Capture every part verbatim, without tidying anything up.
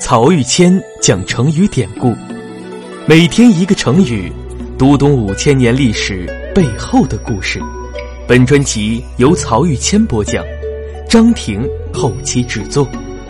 曹玉谦讲成语典故，每天一个成语，读懂五千年历史背后的故事。本专辑由曹玉谦播讲，张婷后期制作。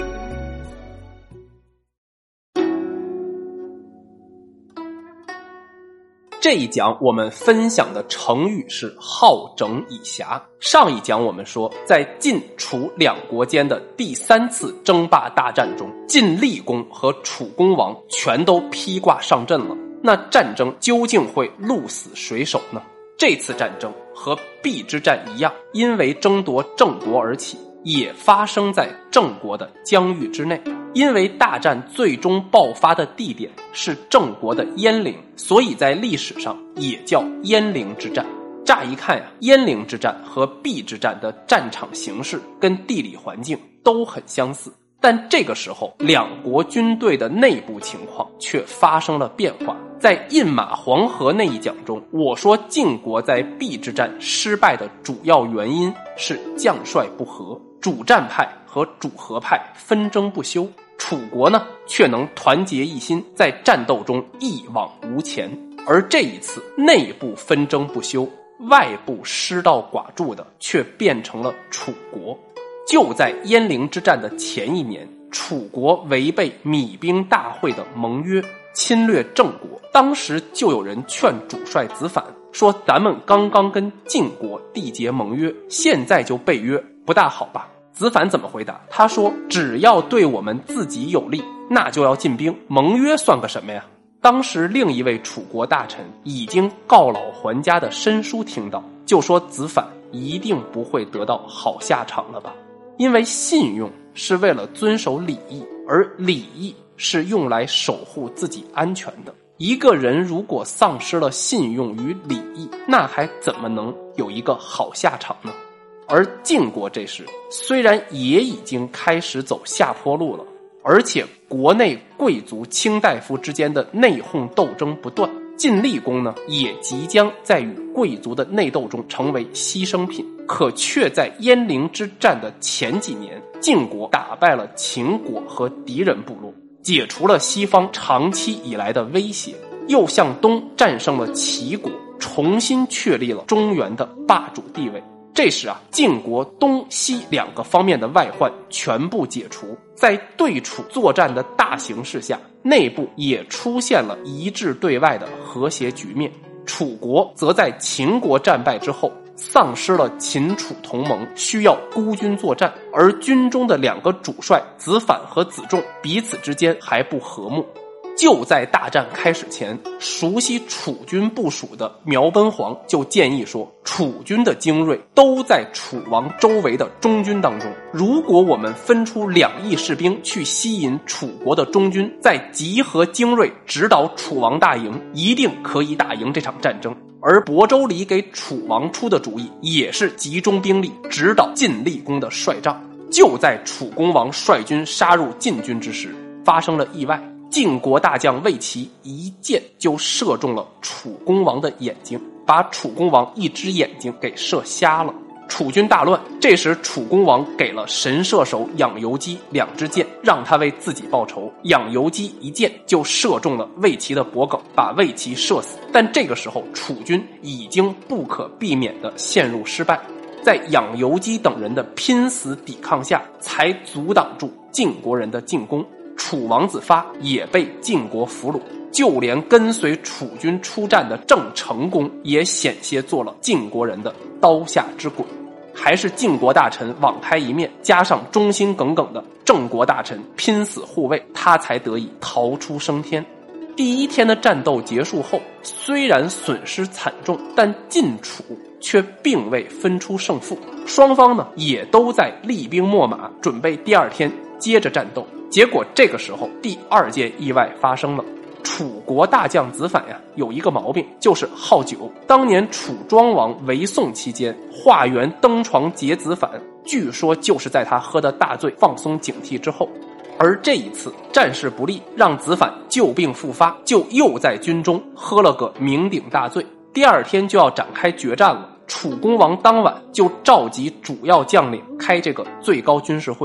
这一讲我们分享的成语是好整以暇。上一讲我们说，在晋楚两国间的第三次争霸大战中，晋厉公和楚公王全都披挂上阵了。那战争究竟会鹿死谁手呢？这次战争和邲之战一样，因为争夺郑国而起，也发生在郑国的疆域之内。因为大战最终爆发的地点是郑国的鄢陵，所以在历史上也叫鄢陵之战。乍一看呀，鄢陵之战和邲之战的战场形势跟地理环境都很相似，但这个时候两国军队的内部情况却发生了变化。在饮马黄河那一讲中，我说晋国在邲之战失败的主要原因是将帅不和，主战派和主和派纷争不休。楚国呢，却能团结一心，在战斗中一往无前。而这一次内部纷争不休，外部失道寡助的却变成了楚国。就在鄢陵之战的前一年，楚国违背弭兵大会的盟约，侵略郑国。当时就有人劝主帅子反说，咱们刚刚跟晋国缔结盟约，现在就背约，不大好吧？子反怎么回答？他说，只要对我们自己有利，那就要进兵，盟约算个什么呀？当时另一位楚国大臣已经告老还家的申叔听到，就说子反一定不会得到好下场了吧？因为信用是为了遵守礼义，而礼义是用来守护自己安全的。一个人如果丧失了信用与礼义，那还怎么能有一个好下场呢？而晋国这时虽然也已经开始走下坡路了，而且国内贵族卿大夫之间的内讧斗争不断，晋厉公呢也即将在与贵族的内斗中成为牺牲品。可却在鄢陵之战的前几年，晋国打败了秦国和敌人部落，解除了西方长期以来的威胁，又向东战胜了齐国，重新确立了中原的霸主地位。这时啊，晋国东西两个方面的外患全部解除，在对楚作战的大形势下，内部也出现了一致对外的和谐局面。楚国则在秦国战败之后丧失了秦楚同盟，需要孤军作战，而军中的两个主帅子反和子重彼此之间还不和睦。就在大战开始前，熟悉楚军部署的苗奔黄就建议说，楚军的精锐都在楚王周围的中军当中，如果我们分出两亿士兵去吸引楚国的中军，再集合精锐直捣楚王大营，一定可以打赢这场战争。而亳州离给楚王出的主意也是集中兵力直捣晋厉公的帅帐。就在楚公王率军杀入晋军之时，发生了意外。晋国大将魏齐一箭就射中了楚公王的眼睛，把楚公王一只眼睛给射瞎了。楚军大乱，这时楚公王给了神射手养由基两支箭，让他为自己报仇。养由基一箭就射中了魏齐的脖颈，把魏齐射死。但这个时候楚军已经不可避免地陷入失败，在养由基等人的拼死抵抗下，才阻挡住晋国人的进攻。楚王子发也被晋国俘虏，就连跟随楚军出战的郑成功也险些做了晋国人的刀下之鬼。还是晋国大臣网开一面，加上忠心耿耿的郑国大臣拼死护卫，他才得以逃出升天。第一天的战斗结束后，虽然损失惨重，但晋楚却并未分出胜负，双方呢也都在厉兵秣马，准备第二天接着战斗。结果这个时候第二件意外发生了。楚国大将子反呀，有一个毛病，就是好酒。当年楚庄王为宋期间，华元登床劫子反，据说就是在他喝得大醉放松警惕之后。而这一次战事不利，让子反旧病复发，就又在军中喝了个酩酊大醉。第二天就要展开决战了，楚公王当晚就召集主要将领开这个最高军事会议，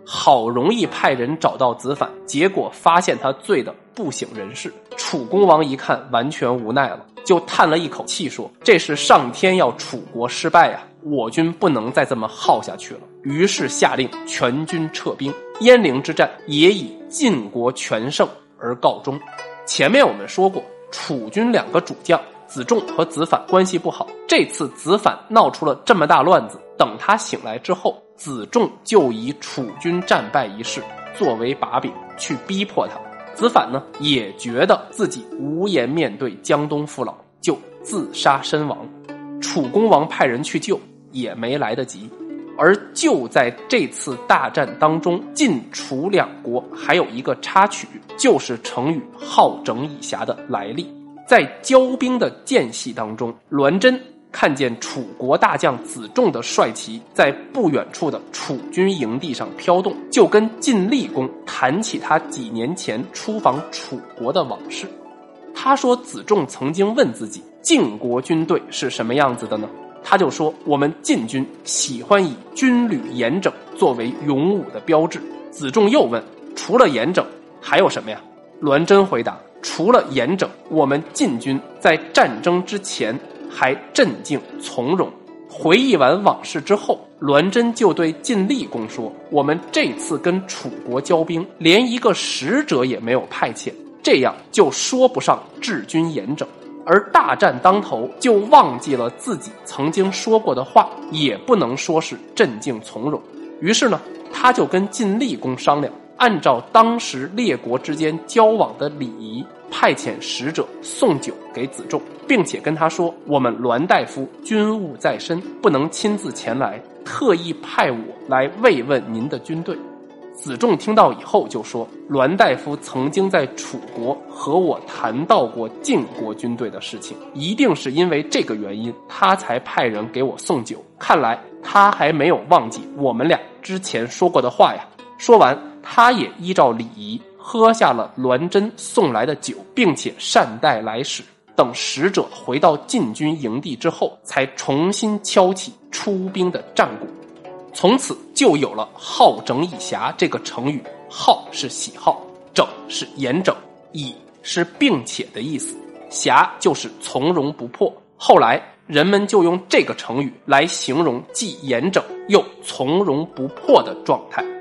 好容易派人找到子反，结果发现他醉得不省人事。楚公王一看完全无奈了，就叹了一口气说，这是上天要楚国失败啊，我军不能再这么耗下去了。于是下令全军撤兵，鄢陵之战也以晋国全胜而告终。前面我们说过，楚军两个主将子仲和子反关系不好，这次子反闹出了这么大乱子，等他醒来之后，子仲就以楚军战败一事作为把柄去逼迫他。子反呢也觉得自己无颜面对江东父老，就自杀身亡。楚公王派人去救，也没来得及。而就在这次大战当中，晋楚两国还有一个插曲，就是成语好整以暇的来历。在交兵的间隙当中，栾真看见楚国大将子仲的帅旗在不远处的楚军营地上飘动，就跟晋厉公谈起他几年前出访楚国的往事。他说子仲曾经问自己，晋国军队是什么样子的呢？他就说，我们晋军喜欢以军旅严整作为勇武的标志。子仲又问，除了严整还有什么呀？栾真回答，除了严整，我们晋军在战争之前还镇静从容。回忆完往事之后，栾真就对晋厉公说，我们这次跟楚国交兵，连一个使者也没有派遣，这样就说不上治军严整。而大战当头，就忘记了自己曾经说过的话，也不能说是镇静从容。于是呢，他就跟晋厉公商量，按照当时列国之间交往的礼仪，派遣使者送酒给子仲，并且跟他说，我们栾大夫军务在身，不能亲自前来，特意派我来慰问您的军队。子仲听到以后就说，栾大夫曾经在楚国和我谈到过晋国军队的事情，一定是因为这个原因，他才派人给我送酒，看来他还没有忘记我们俩之前说过的话呀。说完，他也依照礼仪喝下了栾真送来的酒，并且善待来使。等使者回到晋军营地之后，才重新敲起出兵的战鼓。从此就有了好整以暇这个成语，好是喜好，整是严整，以是并且的意思，暇就是从容不迫。后来人们就用这个成语来形容既严整又从容不迫的状态。